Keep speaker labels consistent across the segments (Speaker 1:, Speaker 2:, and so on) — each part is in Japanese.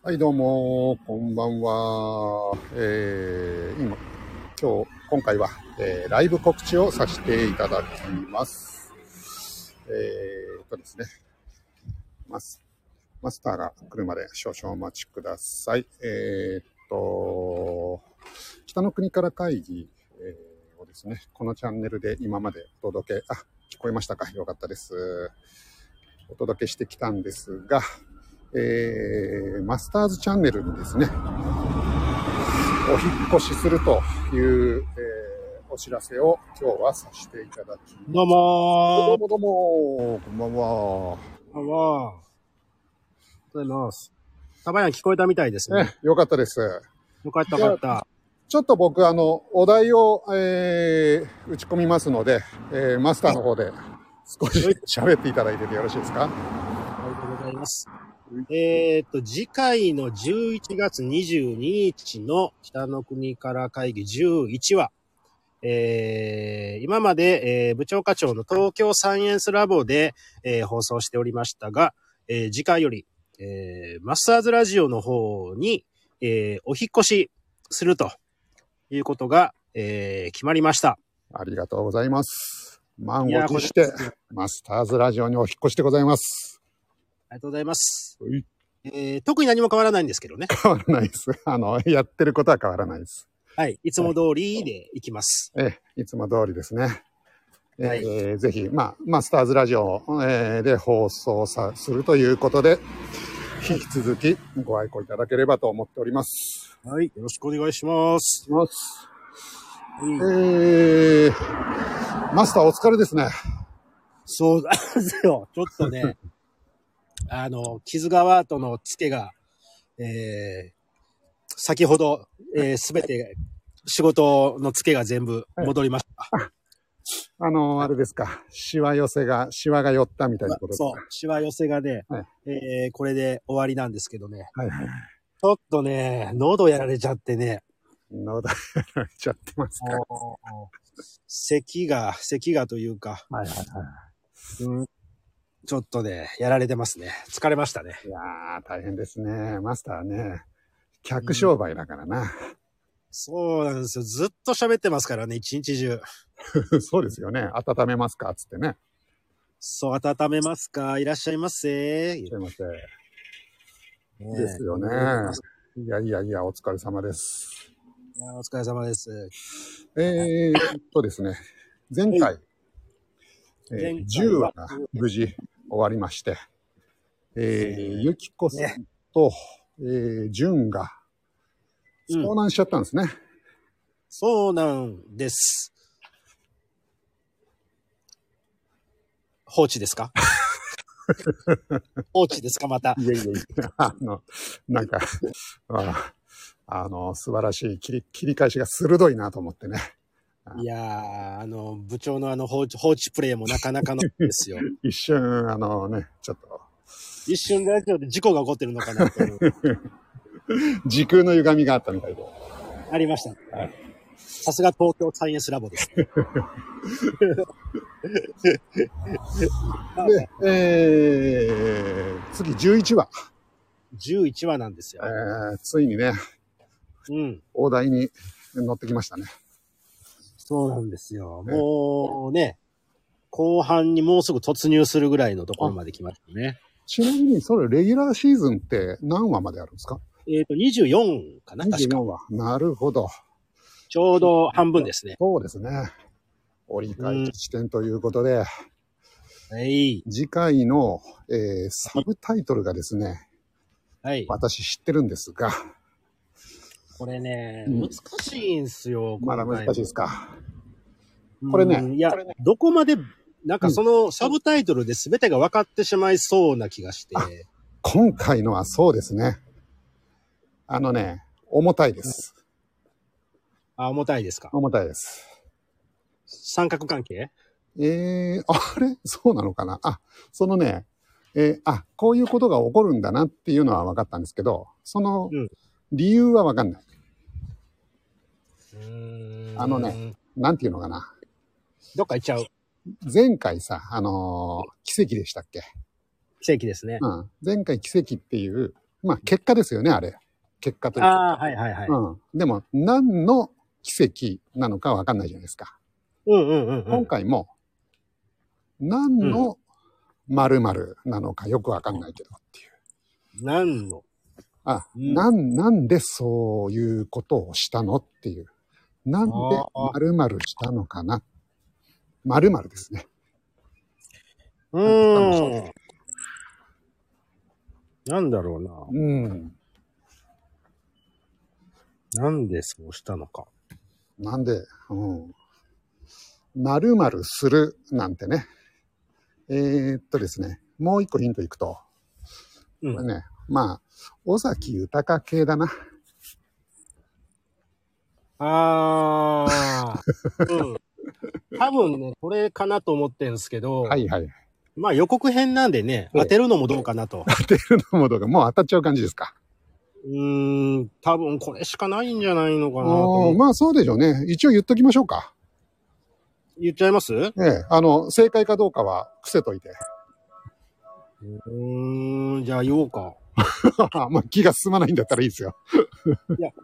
Speaker 1: はい、どうも、こんばんは。今回は、ライブ告知をさせていただきます。ですね、マスターが来るまで少々お待ちください。北の国から会議、をですね、このチャンネルで今までお届け、聞こえましたか？よかったです。お届けしてきたんですが、マスターズチャンネルにですね、お引っ越しするという、お知らせを今日はさせていただきます。
Speaker 2: どうも
Speaker 1: どうも、こんばんは。
Speaker 2: どうもおはようございます。たばやん聞こえたみたいですね。
Speaker 1: よかったです。
Speaker 2: よかったよかった。
Speaker 1: ちょっと僕、お題を、打ち込みますので、マスターの方で少し喋っていただいててよろしいですか？
Speaker 2: ありがとうございます。次回の11月22日の北の国から会議11話。今まで、部長課長の東京サイエンスラボで、放送しておりましたが、次回より、マスターズラジオの方に、お引っ越しするということが、決まりました。
Speaker 1: ありがとうございます。満を持して、マスターズラジオにお引っ越しでございます。
Speaker 2: ありがとうございます。特に何も変わらないんですけどね。
Speaker 1: 変わらないです。やってることは変わらないです。
Speaker 2: はい。いつも通りでいきます。
Speaker 1: いつも通りですね。ぜひ、マスターズラジオ、で放送するということで、引き続きご愛顧いただければと思っております。
Speaker 2: はい。よろしくお願いします。
Speaker 1: マスターお疲れですね。
Speaker 2: そうなんですよ。ちょっとね、木津川とのツケが、先ほど、すべて仕事のツケが全部戻りました。
Speaker 1: あれですか。シワが寄ったみたいなことですか。
Speaker 2: そう。シワ寄せがね、これで終わりなんですけどね。
Speaker 1: はいはい。
Speaker 2: ちょっとね、喉やられちゃってね。
Speaker 1: 喉やられちゃってますか。
Speaker 2: 咳がというか。
Speaker 1: はいはいはい。
Speaker 2: ちょっとね、やられてますね。疲れましたね。
Speaker 1: いやー、大変ですね。マスターね、客商売だからな。
Speaker 2: そうなんですよ。ずっと喋ってますからね、一日中。
Speaker 1: そうですよね。温めますかつってね。
Speaker 2: そう、温めますか？いらっしゃいませ。
Speaker 1: いらっしゃいませ。ですよね。いや、お疲れ様です。
Speaker 2: いや、お疲れ様です。
Speaker 1: ですね。前回、10話が無事終わりまして、ゆきこさんと、じゅんが遭難しちゃったんですね。
Speaker 2: そうなんです。放置ですか？放置ですかまた。
Speaker 1: いや、なんか、素晴らしい切り返しが鋭いなと思ってね。
Speaker 2: いやー、部長の放置プレイもなかなかのですよ。
Speaker 1: 一瞬、ちょっと。
Speaker 2: 一瞬ラジオで事故が起こってるのかなという。
Speaker 1: 時空の歪みがあったみたいで。
Speaker 2: ありました。はい、さすが東京サイエンスラボです、ね。
Speaker 1: で、次11話。
Speaker 2: 11話なんですよ。
Speaker 1: ついにね、大台に乗ってきましたね。
Speaker 2: そうなんですよ。もうね、後半にもうすぐ突入するぐらいのところまで来ましたね。
Speaker 1: ちなみに、それ、レギュラーシーズンって何話まであるんですか
Speaker 2: ？24かな？
Speaker 1: 24話。なるほど。
Speaker 2: ちょうど半分ですね。
Speaker 1: そうですね。折り返し地点ということで、次回の、サブタイトルがですね、私知ってるんですが、
Speaker 2: これね、難しいんすよ。
Speaker 1: まだ難しいですか。
Speaker 2: これね、どこまで、なんかそのサブタイトルで全てが分かってしまいそうな気がして。
Speaker 1: 今回のはそうですね。重たいです。
Speaker 2: 重たいですか？
Speaker 1: 重たいです。
Speaker 2: 三角関係？
Speaker 1: あれそうなのかなそのね、こういうことが起こるんだなっていうのは分かったんですけど、その理由は分かんない。なんていうのかな。
Speaker 2: どっか行っちゃう。
Speaker 1: 前回さ、奇跡でしたっけ？
Speaker 2: 奇跡ですね。
Speaker 1: 前回奇跡っていう、 まあ結果ですよね、あれ。結果というか。
Speaker 2: ああ、はいはいはい。
Speaker 1: うん。でも、何の奇跡なのかわかんないじゃないですか。
Speaker 2: うんうんうんうん。
Speaker 1: 今回も、何の〇〇なのかよくわかんないけどっていう。
Speaker 2: 何の
Speaker 1: なんでそういうことをしたのっていう。なんで〇〇したのかな。〇〇ですね。
Speaker 2: なんだろうな。
Speaker 1: うん。
Speaker 2: なんでそうしたのか。
Speaker 1: なんで、〇〇するなんてね。ですね、もう一個ヒントいくと、これね、まあ、尾崎豊系だな。
Speaker 2: 多分ね、これかなと思ってんですけど、
Speaker 1: はいはい。
Speaker 2: まあ予告編なんでね、当てるのもどうかなと。
Speaker 1: 当てるのもどうか、もう当たっちゃう感じですか。
Speaker 2: 多分これしかないんじゃないのかなと。
Speaker 1: まあそうでしょうね。一応言っときましょうか。
Speaker 2: 言っちゃいます？
Speaker 1: 正解かどうかは伏せといて。
Speaker 2: じゃあ言おうか。
Speaker 1: まあ気が進まないんだったらいいですよ。
Speaker 2: いや、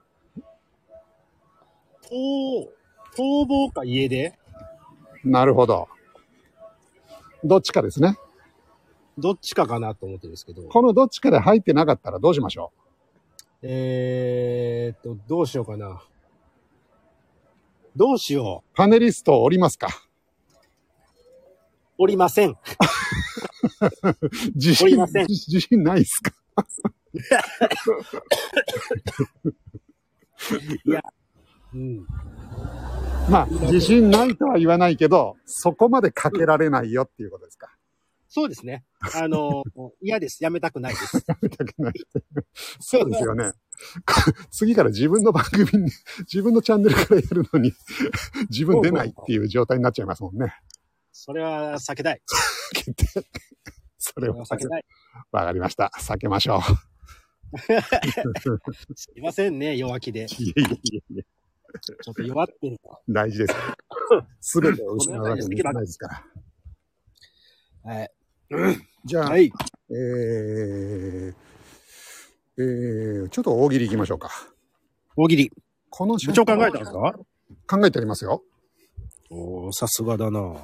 Speaker 2: 逃亡か家出？
Speaker 1: なるほど。どっちかですね。
Speaker 2: どっちかかなと思ってるんですけど。
Speaker 1: このどっちかで入ってなかったらどうしましょ
Speaker 2: う。どうしようかな。どうしよう。
Speaker 1: パネリストおりますか？
Speaker 2: おりません。
Speaker 1: 自信ないですか？
Speaker 2: いや、
Speaker 1: まあ、自信ないとは言わないけど、そこまでかけられないよっていうことですか。
Speaker 2: そうですね。嫌です。やめたくないです。
Speaker 1: やめたくない。そうですよね。次から自分の番組に、自分のチャンネルからやるのに、自分出ないっていう状態になっちゃいますもんね。
Speaker 2: それは避けたい。
Speaker 1: それは避けたい。わかりました。避けましょう。
Speaker 2: すいませんね、弱気で。
Speaker 1: いえいえいえ。
Speaker 2: ちょっと弱ってると。
Speaker 1: 大事です。すべてを失うわけにいかないですから。
Speaker 2: はい。
Speaker 1: じゃあ、
Speaker 2: はい、
Speaker 1: ちょっと大喜利行きましょうか。
Speaker 2: 大喜利。
Speaker 1: この
Speaker 2: 部長考えたんですか？
Speaker 1: 考えてありますよ。
Speaker 2: さすがだな。
Speaker 1: はい。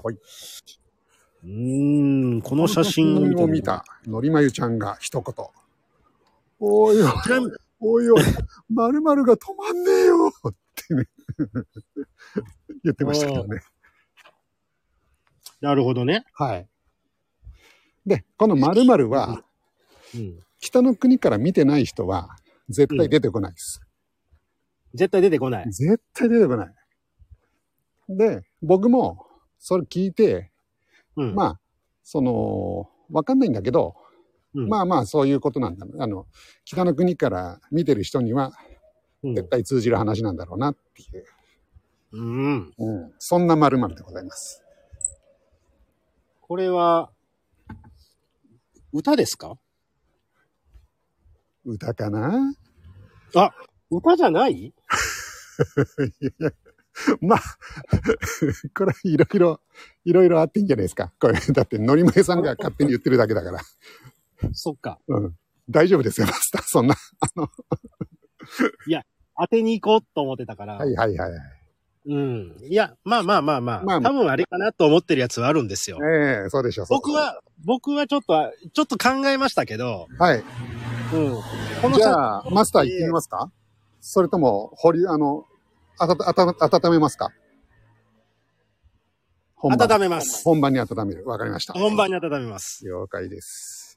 Speaker 2: この写真
Speaker 1: を見たのりまゆちゃんが一言。おいおい、〇〇が止まんねえよってね言ってましたけどね。
Speaker 2: なるほどね。
Speaker 1: はい。で、この〇〇は、北の国から見てない人は絶対出てこないです。
Speaker 2: 絶対出てこない。
Speaker 1: 絶対出てこない。で、僕もそれ聞いて、まあ、わかんないんだけど、まあまあそういうことなんだ。北の国から見てる人には絶対通じる話なんだろうなっていう。そんな〇〇でございます。
Speaker 2: これは、歌ですか？
Speaker 1: 歌かな？
Speaker 2: あ、歌じゃない？
Speaker 1: まあ、これいろいろあっていいんじゃないですか。これ、だって、のりまえさんが勝手に言ってるだけだから。
Speaker 2: そっか。
Speaker 1: 大丈夫ですよ、マスター。そんな、
Speaker 2: いや、当てに行こうと思ってたから。
Speaker 1: はい。
Speaker 2: いや、まあ。多分あれかなと思ってるやつはあるんですよ。
Speaker 1: そうでしょう。
Speaker 2: 僕はちょっと考えましたけど。
Speaker 1: はい。じゃあ、マスター行ってみますか？それとも、温めますか？
Speaker 2: 温めます。
Speaker 1: 本番に温める。わかりました。
Speaker 2: 本番に温めます。
Speaker 1: 了解です。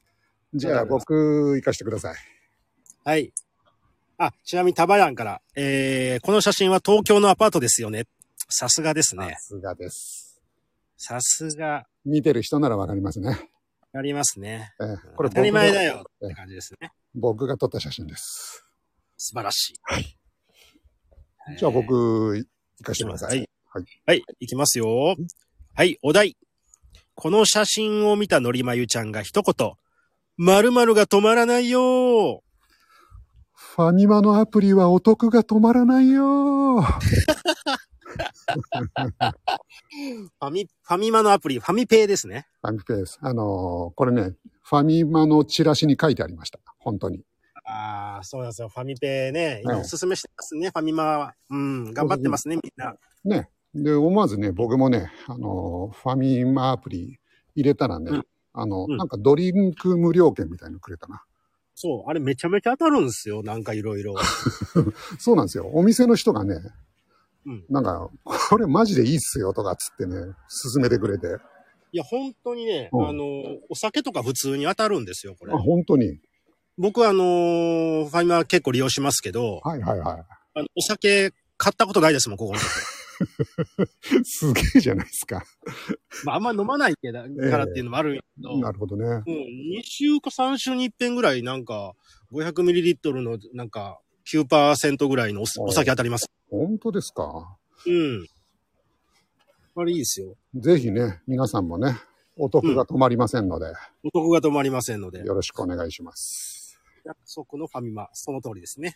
Speaker 1: じゃあ、僕、行かしてください。
Speaker 2: はい。ちなみにタバヤンから、この写真は東京のアパートですよね。さすがですね。
Speaker 1: さすがです。
Speaker 2: さすが。
Speaker 1: 見てる人ならわかりますね。
Speaker 2: ありますね。
Speaker 1: これ
Speaker 2: 当たり前だよって感じですね。
Speaker 1: 僕が撮った写真です。
Speaker 2: 素晴らしい。
Speaker 1: はい。じゃあ僕、行かしてください。
Speaker 2: はい、行きますよ。はい、お題。この写真を見たのりまゆちゃんが一言。〇〇が止まらないよ。
Speaker 1: ファミマのアプリはお得が止まらないよ。フ
Speaker 2: ァミマのアプリ、ファミペイですね。
Speaker 1: ファミペイです。これね、ファミマのチラシに書いてありました。本当に。
Speaker 2: ああ、そうなんですよ。ファミペね、今
Speaker 1: はい
Speaker 2: おすすめしてますね、ファミマは。うん、頑張ってますね、みんな。
Speaker 1: ね。で、思わずね、僕もね、ファミマアプリ入れたらね、
Speaker 2: うんうん
Speaker 1: なんかドリンク無料券みたいなのくれたな。
Speaker 2: そう、あれめちゃめちゃ当たるんですよ、なんかいろいろ。
Speaker 1: そうなんですよ。お店の人がね、
Speaker 2: うん。
Speaker 1: なんか、これマジでいいっすよとかっつってね、勧めてくれて。
Speaker 2: いや、本当にね、
Speaker 1: うん
Speaker 2: お酒とか普通に当たるんですよ、これ
Speaker 1: あ、。本当に。
Speaker 2: 僕はファミマ結構利用しますけど、
Speaker 1: はいはいは
Speaker 2: お酒買ったことないですもん、ここのとこ。
Speaker 1: い。すげえじゃないですか。
Speaker 2: まあ、あんま飲まないからっていうのもあるんやけど、
Speaker 1: なるほどね。
Speaker 2: 2週か3週に一遍ぐらい、なんか、500ml の、なんか、9% ぐらいのお酒当たります。
Speaker 1: 本当ですか。
Speaker 2: うん。あれいいですよ。
Speaker 1: ぜひね、皆さんもね、お得が止まりませんので、
Speaker 2: お得が止まりませんので、
Speaker 1: よろしくお願いします。
Speaker 2: 約束のファミマ、その通りですね。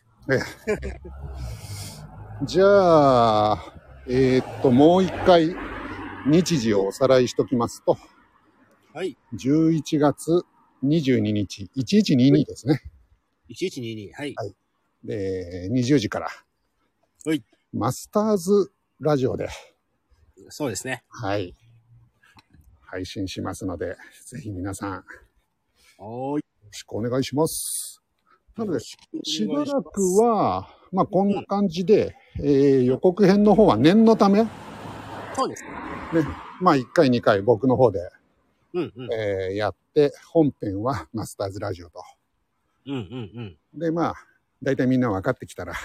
Speaker 1: じゃあ、もう一回、日時をおさらいしときますと、
Speaker 2: はい。
Speaker 1: 11月22日、1122ですね。
Speaker 2: 1122。はい。
Speaker 1: はいで、20時から、
Speaker 2: はい。
Speaker 1: マスターズラジオで、
Speaker 2: そうですね。
Speaker 1: はい、配信しますので、ぜひ皆さん、よ
Speaker 2: おーい。
Speaker 1: ろしくお願いします。なので、しばらくは、まあ、こんな感じで、予告編の方は念のため、ね、
Speaker 2: そうですね。
Speaker 1: まあ、1回、2回僕の方で、
Speaker 2: うんうん。
Speaker 1: やって、本編はマスターズラジオと。
Speaker 2: うんうんうん。
Speaker 1: で、まあ、大体みんな分かってきたら、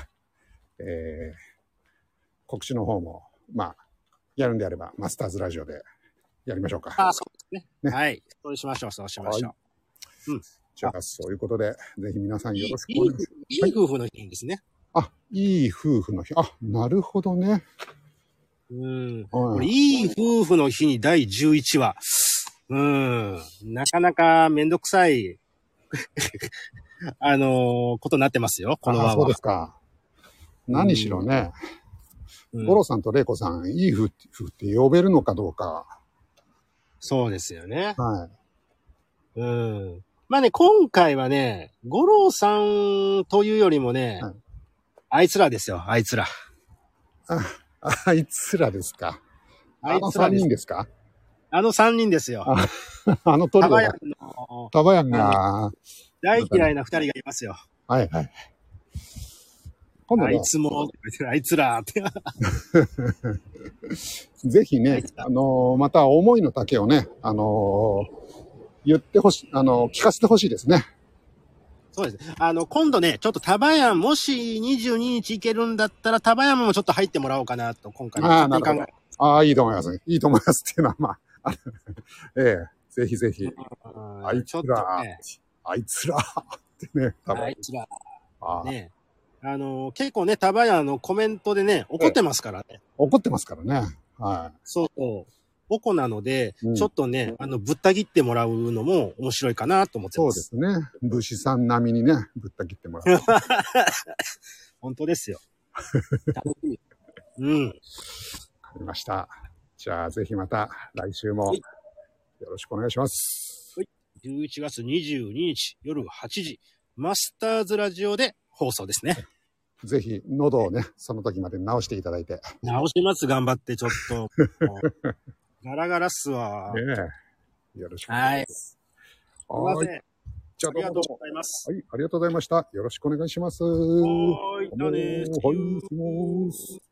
Speaker 1: 告知の方も、まあ、やるんであれば、マスターズラジオでやりましょうか。
Speaker 2: あ、そうですね。
Speaker 1: ね
Speaker 2: はい。そうしましょう、そうしましょう。うん。
Speaker 1: じゃあ、そういうことで、ぜひ皆さんよろしく
Speaker 2: い
Speaker 1: お願いします。
Speaker 2: い夫婦の日ですね。
Speaker 1: あ、いい夫婦の日。あ、なるほどね。
Speaker 2: うん。
Speaker 1: はい
Speaker 2: これいい夫婦の日に第11話。なかなかめんどくさい、ことになってますよ、この輪は。
Speaker 1: そうですか。何しろね、五郎さんと玲子さん、いい夫婦って呼べるのかどうか。
Speaker 2: そうですよね。
Speaker 1: は
Speaker 2: まあね、今回はね、五郎さんというよりもね、
Speaker 1: はい
Speaker 2: あいつらですよ、あいつら。
Speaker 1: い。あいつらですか。
Speaker 2: あいつら
Speaker 1: 3
Speaker 2: です。
Speaker 1: 人ですか。
Speaker 2: あの3人ですよ。
Speaker 1: あのトリオが
Speaker 2: タバヤンの
Speaker 1: タバヤンが、
Speaker 2: 大嫌いな2人がいますよ。
Speaker 1: はいはい。今度ね
Speaker 2: あい、つも、あいつらって。
Speaker 1: ぜひね、また思いの丈をね、言ってほしい、聞かせてほしいですね。
Speaker 2: そうです。今度ね、ちょっとタバヤン、もし22日行けるんだったら、タバヤンもちょっと入ってもらおうかなと、今回
Speaker 1: ああ、なるほど
Speaker 2: 勝手に考。
Speaker 1: いいと思いますね。いいと思いますっていうのは、まあ、ぜひぜひ、あい
Speaker 2: ちょっと
Speaker 1: つら、
Speaker 2: ね、
Speaker 1: あいつらってね、多分
Speaker 2: あいつら、
Speaker 1: あ
Speaker 2: ね。結構ね、タバヤンのコメントでね、怒ってますからね。
Speaker 1: 怒ってますからね。は
Speaker 2: そうそう。おこなので、
Speaker 1: うん
Speaker 2: ちょっとね、ぶった切ってもらうのも面白いかなと思っ
Speaker 1: い。
Speaker 2: てま。
Speaker 1: そうですすね。武士さん並みにね、ぶった切ってもらう。
Speaker 2: 本当ですよ。楽しみ。うん。
Speaker 1: わかりました。じゃあ、ぜひまた来週も
Speaker 2: はい
Speaker 1: よろしくお願いします。
Speaker 2: 11月22日夜8時、マスターズラジオで放送ですね。
Speaker 1: ぜひ、喉をね、その時まで直していただいて。
Speaker 2: 直します、頑張って、ちょっと。ガラガラっすわ。
Speaker 1: ねえ、よろしくお願いします。
Speaker 2: すいま
Speaker 1: はい。
Speaker 2: せん。
Speaker 1: じゃあ、
Speaker 2: ありがとう
Speaker 1: どうも。
Speaker 2: ございます。
Speaker 1: はい、ありがとうございました。よろしくお願いします。
Speaker 2: はーい、だねー。
Speaker 1: はい、失礼します。